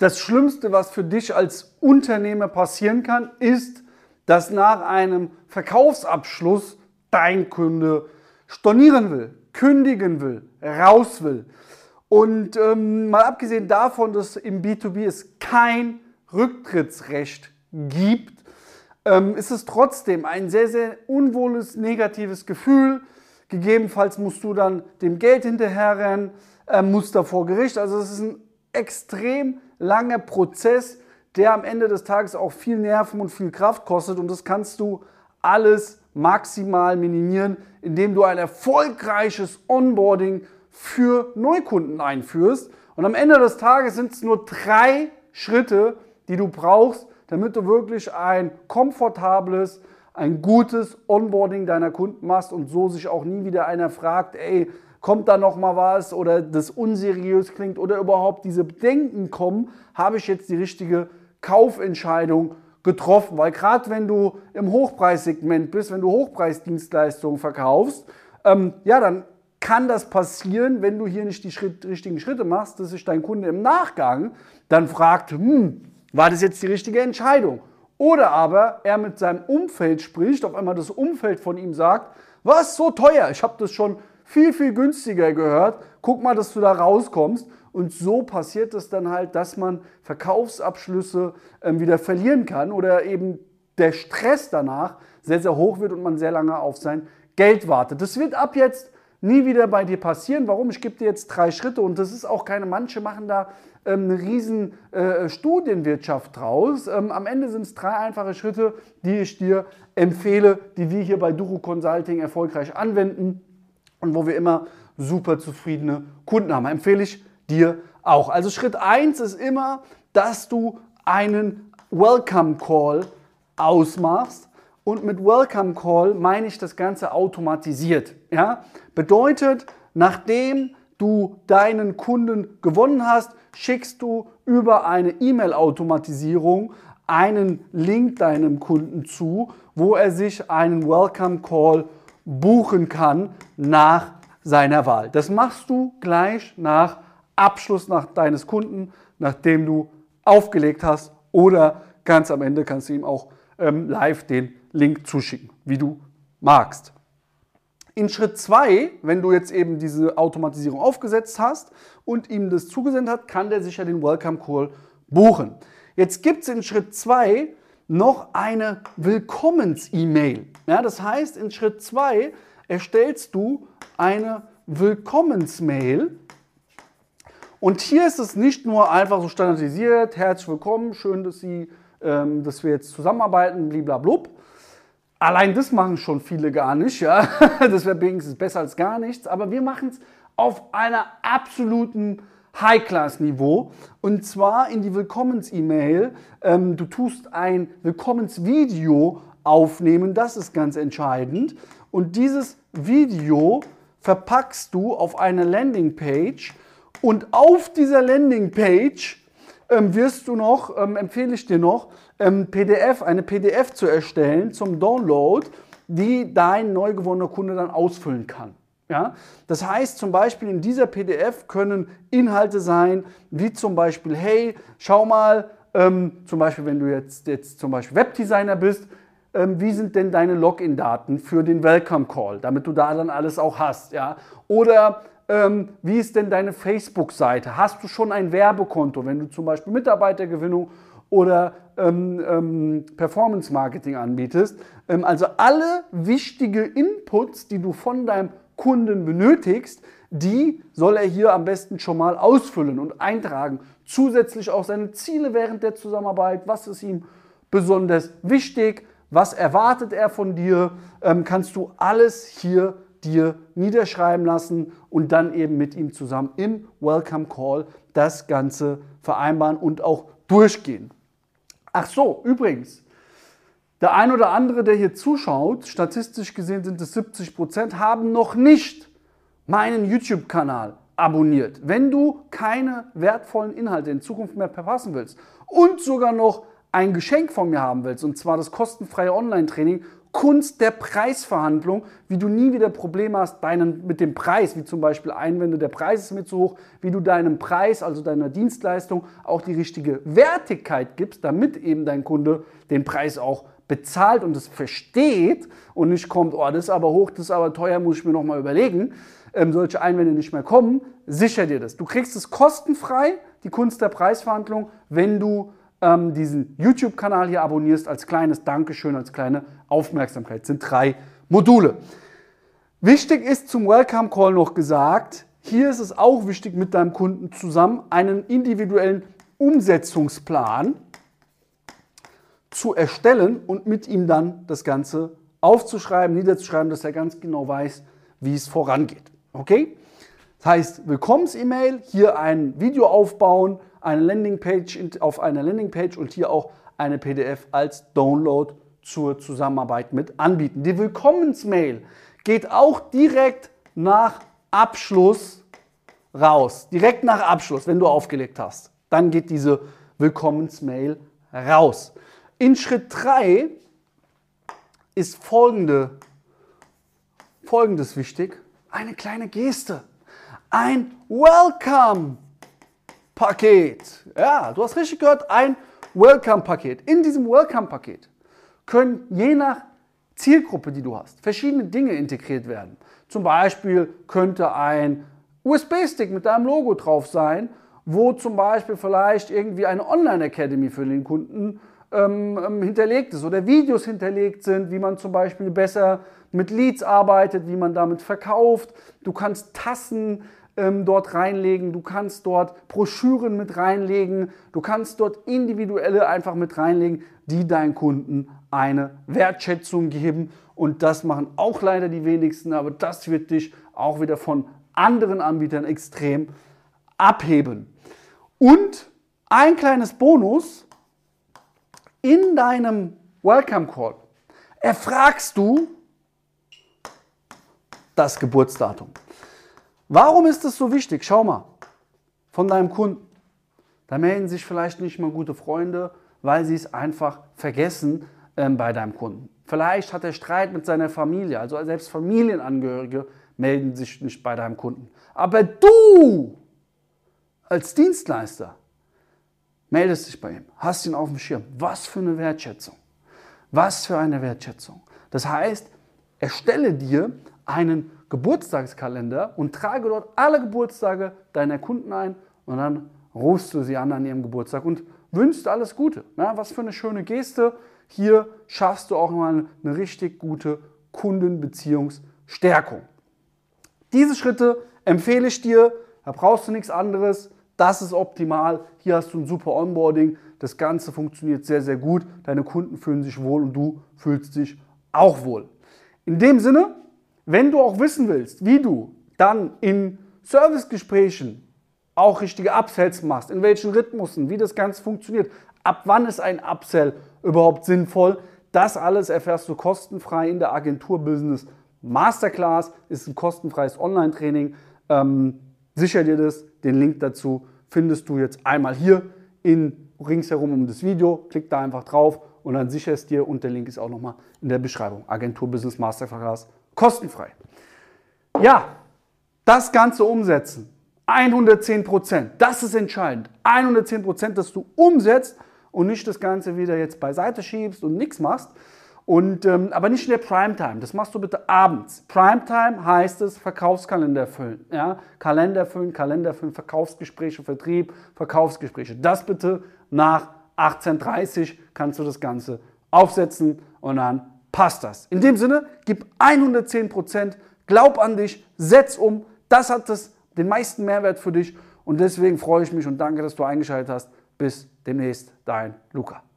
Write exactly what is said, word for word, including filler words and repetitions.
das Schlimmste, was für dich als Unternehmer passieren kann, ist, dass nach einem Verkaufsabschluss dein Kunde stornieren will, kündigen will, raus will. Und ähm, mal abgesehen davon, dass im B zwei B es kein Rücktrittsrecht gibt, ähm, ist es trotzdem ein sehr, sehr unwohles, negatives Gefühl. Gegebenenfalls musst du dann dem Geld hinterherrennen, äh, musst da vor Gericht. Also es ist ein extrem langer Prozess, der am Ende des Tages auch viel Nerven und viel Kraft kostet. Und das kannst du alles maximal minimieren, indem du ein erfolgreiches Onboarding für Neukunden einführst. Und am Ende des Tages sind es nur drei Schritte, die du brauchst, damit du wirklich ein komfortables, ein gutes Onboarding deiner Kunden machst und so sich auch nie wieder einer fragt, ey, kommt da noch mal was oder das unseriös klingt oder überhaupt diese Bedenken kommen, habe ich jetzt die richtige Kaufentscheidung getroffen. Weil gerade wenn du im Hochpreissegment bist, wenn du Hochpreisdienstleistungen verkaufst, ähm, ja, dann kann das passieren, wenn du hier nicht die Schritt, richtigen Schritte machst, dass sich dein Kunde im Nachgang dann fragt, hm, war das jetzt die richtige Entscheidung? Oder aber er mit seinem Umfeld spricht, auf einmal das Umfeld von ihm sagt, was, so teuer, ich habe das schon viel, viel günstiger gehört, guck mal, dass du da rauskommst. Und so passiert es dann halt, dass man Verkaufsabschlüsse ähm, wieder verlieren kann oder eben der Stress danach sehr, sehr hoch wird und man sehr lange auf sein Geld wartet. Das wird ab jetzt nie wieder bei dir passieren. Warum? Ich gebe dir jetzt drei Schritte und das ist auch keine, manche machen da ähm, eine riesen äh, Studienwirtschaft draus. Ähm, am Ende sind es drei einfache Schritte, die ich dir empfehle, die wir hier bei Duro Consulting erfolgreich anwenden und wo wir immer super zufriedene Kunden haben. Empfehle ich dir auch. Also Schritt eins ist immer, dass du einen Welcome Call ausmachst. Und mit Welcome Call meine ich das Ganze automatisiert. Ja? Bedeutet, nachdem du deinen Kunden gewonnen hast, schickst du über eine E-Mail-Automatisierung einen Link deinem Kunden zu, wo er sich einen Welcome Call buchen kann nach seiner Wahl. Das machst du gleich nach Abschluss nach deines Kunden, nachdem du aufgelegt hast, oder ganz am Ende kannst du ihm auch ähm, live den Link zuschicken, wie du magst. In Schritt zwei, wenn du jetzt eben diese Automatisierung aufgesetzt hast und ihm das zugesendet hat, kann der sich ja den Welcome Call buchen. Jetzt gibt es in Schritt zwei noch eine Willkommens-E-Mail. Ja, das heißt, in Schritt zwei erstellst du eine Willkommens-Mail. Und hier ist es nicht nur einfach so standardisiert, herzlich willkommen, schön, dass, Sie, ähm, dass wir jetzt zusammenarbeiten, bliblablub. Allein das machen schon viele gar nicht, ja. Das wäre wenigstens besser als gar nichts, aber wir machen es auf einer absoluten High-Class-Niveau, und zwar in die Willkommens-E-Mail. Ähm, du tust ein Willkommens-Video aufnehmen, das ist ganz entscheidend, und dieses Video verpackst du auf eine Landingpage. Und auf dieser Landingpage ähm, wirst du noch, ähm, empfehle ich dir noch, ähm, P D F, eine P D F zu erstellen zum Download, die dein neu gewonnener Kunde dann ausfüllen kann. Ja? Das heißt zum Beispiel, in dieser P D F können Inhalte sein, wie zum Beispiel, hey, schau mal, ähm, zum Beispiel, wenn du jetzt, jetzt zum Beispiel Webdesigner bist, ähm, wie sind denn deine Login-Daten für den Welcome Call, damit du da dann alles auch hast. Ja? Oder Ähm, wie ist denn deine Facebook-Seite? Hast du schon ein Werbekonto, wenn du zum Beispiel Mitarbeitergewinnung oder ähm, ähm, Performance-Marketing anbietest? Ähm, also alle wichtige Inputs, die du von deinem Kunden benötigst, die soll er hier am besten schon mal ausfüllen und eintragen. Zusätzlich auch seine Ziele während der Zusammenarbeit. Was ist ihm besonders wichtig? Was erwartet er von dir? Ähm, kannst du alles hier dir niederschreiben lassen und dann eben mit ihm zusammen im Welcome Call das Ganze vereinbaren und auch durchgehen. Ach so, übrigens, der ein oder andere, der hier zuschaut, statistisch gesehen sind es siebzig Prozent, haben noch nicht meinen YouTube-Kanal abonniert. Wenn du keine wertvollen Inhalte in Zukunft mehr verpassen willst und sogar noch ein Geschenk von mir haben willst, und zwar das kostenfreie Online-Training Kunst der Preisverhandlung, wie du nie wieder Probleme hast deinen, mit dem Preis, wie zum Beispiel Einwände, der Preis ist mir zu hoch, wie du deinem Preis, also deiner Dienstleistung, auch die richtige Wertigkeit gibst, damit eben dein Kunde den Preis auch bezahlt und es versteht und nicht kommt, oh, das ist aber hoch, das ist aber teuer, muss ich mir nochmal überlegen, ähm, solche Einwände nicht mehr kommen, sicher dir das. Du kriegst es kostenfrei, die Kunst der Preisverhandlung, wenn du ähm, diesen YouTube-Kanal hier abonnierst, als kleines Dankeschön, als kleine Aufmerksamkeit. Das sind drei Module. Wichtig ist zum Welcome Call noch gesagt, hier ist es auch wichtig, mit deinem Kunden zusammen einen individuellen Umsetzungsplan zu erstellen und mit ihm dann das Ganze aufzuschreiben, niederzuschreiben, dass er ganz genau weiß, wie es vorangeht. Okay? Das heißt, Willkommens-E-Mail, hier ein Video aufbauen, eine Landingpage auf einer Landingpage und hier auch eine P D F als Download zur Zusammenarbeit mit anbieten. Die Willkommens-Mail geht auch direkt nach Abschluss raus. Direkt nach Abschluss, wenn du aufgelegt hast. Dann geht diese Willkommens-Mail raus. In Schritt drei ist folgende, folgendes wichtig. Eine kleine Geste. Ein Welcome-Paket. Ja, du hast richtig gehört, ein Welcome-Paket. In diesem Welcome-Paket können je nach Zielgruppe, die du hast, verschiedene Dinge integriert werden. Zum Beispiel könnte ein U S B-Stick mit deinem Logo drauf sein, wo zum Beispiel vielleicht irgendwie eine Online-Academy für den Kunden ähm, hinterlegt ist oder Videos hinterlegt sind, wie man zum Beispiel besser mit Leads arbeitet, wie man damit verkauft. Du kannst Tassen ähm, dort reinlegen, du kannst dort Broschüren mit reinlegen, du kannst dort individuelle einfach mit reinlegen, die deinen Kunden eine Wertschätzung geben. Und das machen auch leider die wenigsten, aber das wird dich auch wieder von anderen Anbietern extrem abheben. Und ein kleines Bonus: In deinem Welcome Call erfragst du das Geburtsdatum. Warum ist das so wichtig? Schau mal, von deinem Kunden. Da melden sich vielleicht nicht mal gute Freunde, weil sie es einfach vergessen ähm, bei deinem Kunden. Vielleicht hat er Streit mit seiner Familie, also selbst Familienangehörige melden sich nicht bei deinem Kunden. Aber du als Dienstleister meldest dich bei ihm, hast ihn auf dem Schirm. Was für eine Wertschätzung. Was für eine Wertschätzung. Das heißt, erstelle dir einen Geburtstagskalender und trage dort alle Geburtstage deiner Kunden ein und dann rufst du sie an an ihrem Geburtstag und wünschst alles Gute. Na, was für eine schöne Geste. Hier schaffst du auch mal eine richtig gute Kundenbeziehungsstärkung. Diese Schritte empfehle ich dir, da brauchst du nichts anderes. Das ist optimal. Hier hast du ein super Onboarding. Das Ganze funktioniert sehr, sehr gut. Deine Kunden fühlen sich wohl und du fühlst dich auch wohl. In dem Sinne, wenn du auch wissen willst, wie du dann in Servicegesprächen auch richtige Upsells machst, in welchen Rhythmusen, wie das Ganze funktioniert, ab wann ist ein Upsell überhaupt sinnvoll, das alles erfährst du kostenfrei in der Agentur Business Masterclass. Ist ein kostenfreies Online-Training. Ähm, sicher dir das. Den Link dazu findest du jetzt einmal hier in, ringsherum um das Video. Klick da einfach drauf und dann sicherst dir, und der Link ist auch nochmal in der Beschreibung. Agentur Business Masterclass, kostenfrei. Ja, das Ganze umsetzen. hundertzehn Prozent. Das ist entscheidend. hundertzehn Prozent, dass du umsetzt und nicht das Ganze wieder jetzt beiseite schiebst und nichts machst. Und, ähm, aber nicht in der Primetime. Das machst du bitte abends. Primetime heißt es Verkaufskalender füllen. Ja? Kalender füllen, Kalender füllen, Verkaufsgespräche, Vertrieb, Verkaufsgespräche. Das bitte nach achtzehn Uhr dreißig kannst du das Ganze aufsetzen und dann passt das. In dem Sinne, gib hundertzehn Prozent, glaub an dich, setz um. Das hat das, den meisten Mehrwert für dich und deswegen freue ich mich und danke, dass du eingeschaltet hast. Bis demnächst, dein Luca.